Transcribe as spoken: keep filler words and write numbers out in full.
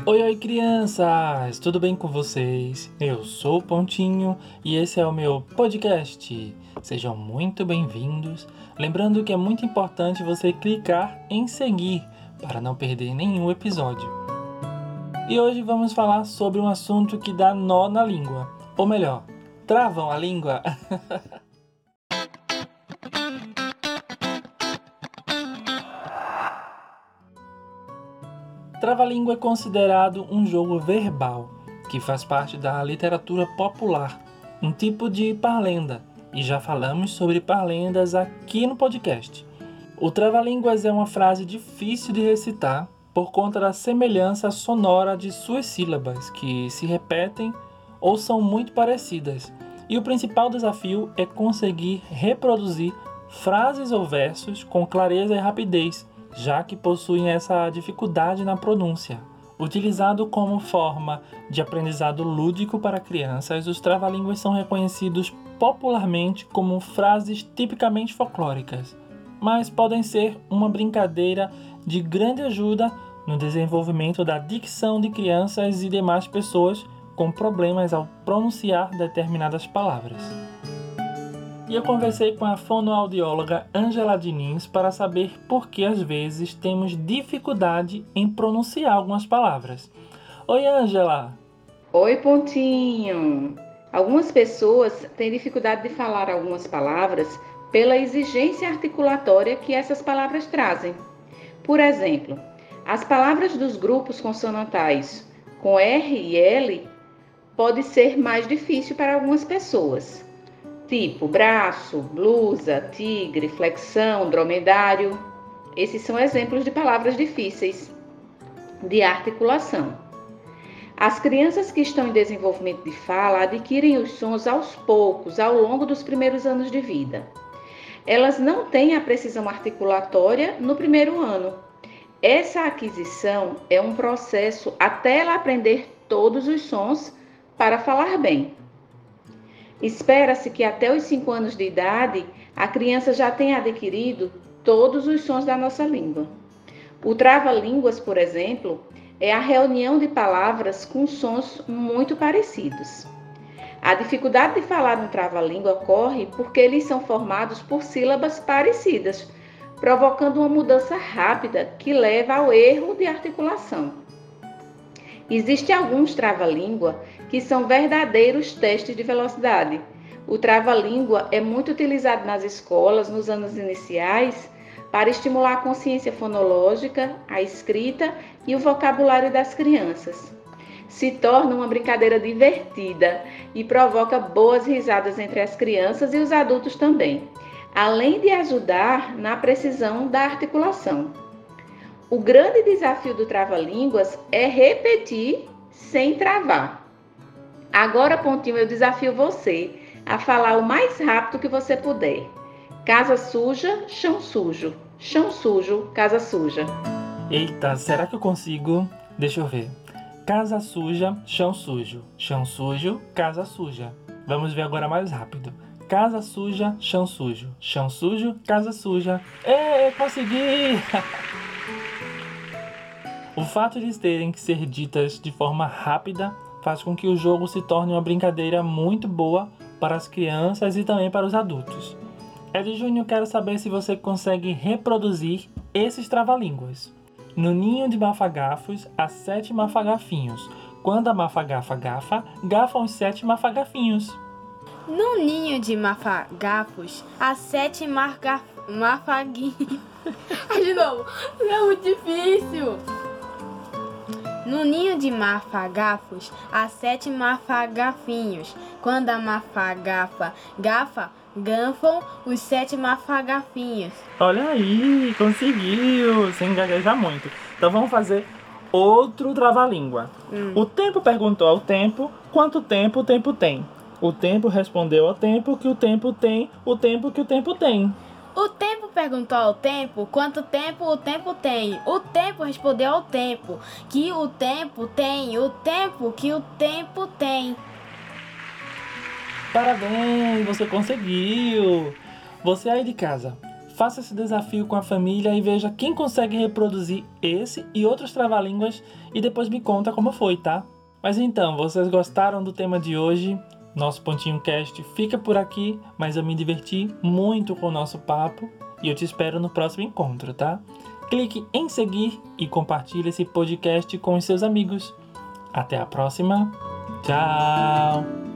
Oi, oi crianças! Tudo bem com vocês? Eu sou o Pontinho e esse é o meu podcast. Sejam muito bem-vindos. Lembrando que é muito importante você clicar em seguir para não perder nenhum episódio. E hoje vamos falar sobre um assunto que dá nó na língua. Ou melhor, travam a língua. Trava-língua é considerado um jogo verbal, que faz parte da literatura popular, um tipo de parlenda, e já falamos sobre parlendas aqui no podcast. O trava-línguas é uma frase difícil de recitar por conta da semelhança sonora de suas sílabas, que se repetem ou são muito parecidas. E o principal desafio é conseguir reproduzir frases ou versos com clareza e rapidez, já que possuem essa dificuldade na pronúncia. Utilizado como forma de aprendizado lúdico para crianças, os trava-línguas são reconhecidos popularmente como frases tipicamente folclóricas, mas podem ser uma brincadeira de grande ajuda no desenvolvimento da dicção de crianças e demais pessoas com problemas ao pronunciar determinadas palavras. E eu conversei com a fonoaudióloga Ângela Diniz para saber por que às vezes temos dificuldade em pronunciar algumas palavras. Oi, Ângela! Oi, Pontinho! Algumas pessoas têm dificuldade de falar algumas palavras pela exigência articulatória que essas palavras trazem. Por exemplo, as palavras dos grupos consonantais com R e L pode ser mais difícil para algumas pessoas. Tipo braço, blusa, tigre, flexão, dromedário. Esses são exemplos de palavras difíceis de articulação. As crianças que estão em desenvolvimento de fala adquirem os sons aos poucos, ao longo dos primeiros anos de vida. Elas não têm a precisão articulatória no primeiro ano. Essa aquisição é um processo até ela aprender todos os sons para falar bem. Espera-se que até os cinco anos de idade, a criança já tenha adquirido todos os sons da nossa língua. O trava-línguas, por exemplo, é a reunião de palavras com sons muito parecidos. A dificuldade de falar um trava-língua ocorre porque eles são formados por sílabas parecidas, provocando uma mudança rápida que leva ao erro de articulação. Existem alguns trava-língua que são verdadeiros testes de velocidade. O trava-língua é muito utilizado nas escolas nos anos iniciais para estimular a consciência fonológica, a escrita e o vocabulário das crianças. Se torna uma brincadeira divertida e provoca boas risadas entre as crianças e os adultos também, além de ajudar na precisão da articulação. O grande desafio do trava-línguas é repetir sem travar. Agora, Pontinho, eu desafio você a falar o mais rápido que você puder. Casa suja, chão sujo. Chão sujo, casa suja. Eita, será que eu consigo? Deixa eu ver. Casa suja, chão sujo. Chão sujo, casa suja. Vamos ver agora mais rápido. Casa suja, chão sujo. Chão sujo, casa suja. Ê, consegui! O fato de terem que ser ditas de forma rápida faz com que o jogo se torne uma brincadeira muito boa para as crianças e também para os adultos. Ed Júnior, quero saber se você consegue reproduzir esses trava-línguas. No ninho de mafagafos, há sete mafagafinhos. Quando a mafagafa gafa, gafam os sete mafagafinhos. No ninho de mafagafos, há sete marga... mafaguinhos. De novo, é muito difícil. No ninho de mafagafos, há sete mafagafinhos. Quando a mafagafa gafa, ganfam os sete mafagafinhos. Olha aí, conseguiu, sem gaguejar muito. Então vamos fazer outro trava-língua. Hum. O tempo perguntou ao tempo quanto tempo o tempo tem. O tempo respondeu ao tempo que o tempo tem, o tempo que o tempo tem. O tempo perguntou ao tempo quanto tempo o tempo tem. O tempo respondeu ao tempo que o tempo tem, o tempo que o tempo tem. Parabéns, você conseguiu! Você aí de casa, Faça esse desafio com a família e veja quem consegue reproduzir esse e outros trava-línguas e depois me conta como foi, tá? Mas então, vocês gostaram do tema de hoje? Nosso Pontinho Cast fica por aqui, mas eu me diverti muito com o nosso papo e eu te espero no próximo encontro, tá? Clique em seguir e compartilhe esse podcast com os seus amigos. Até a próxima. Tchau!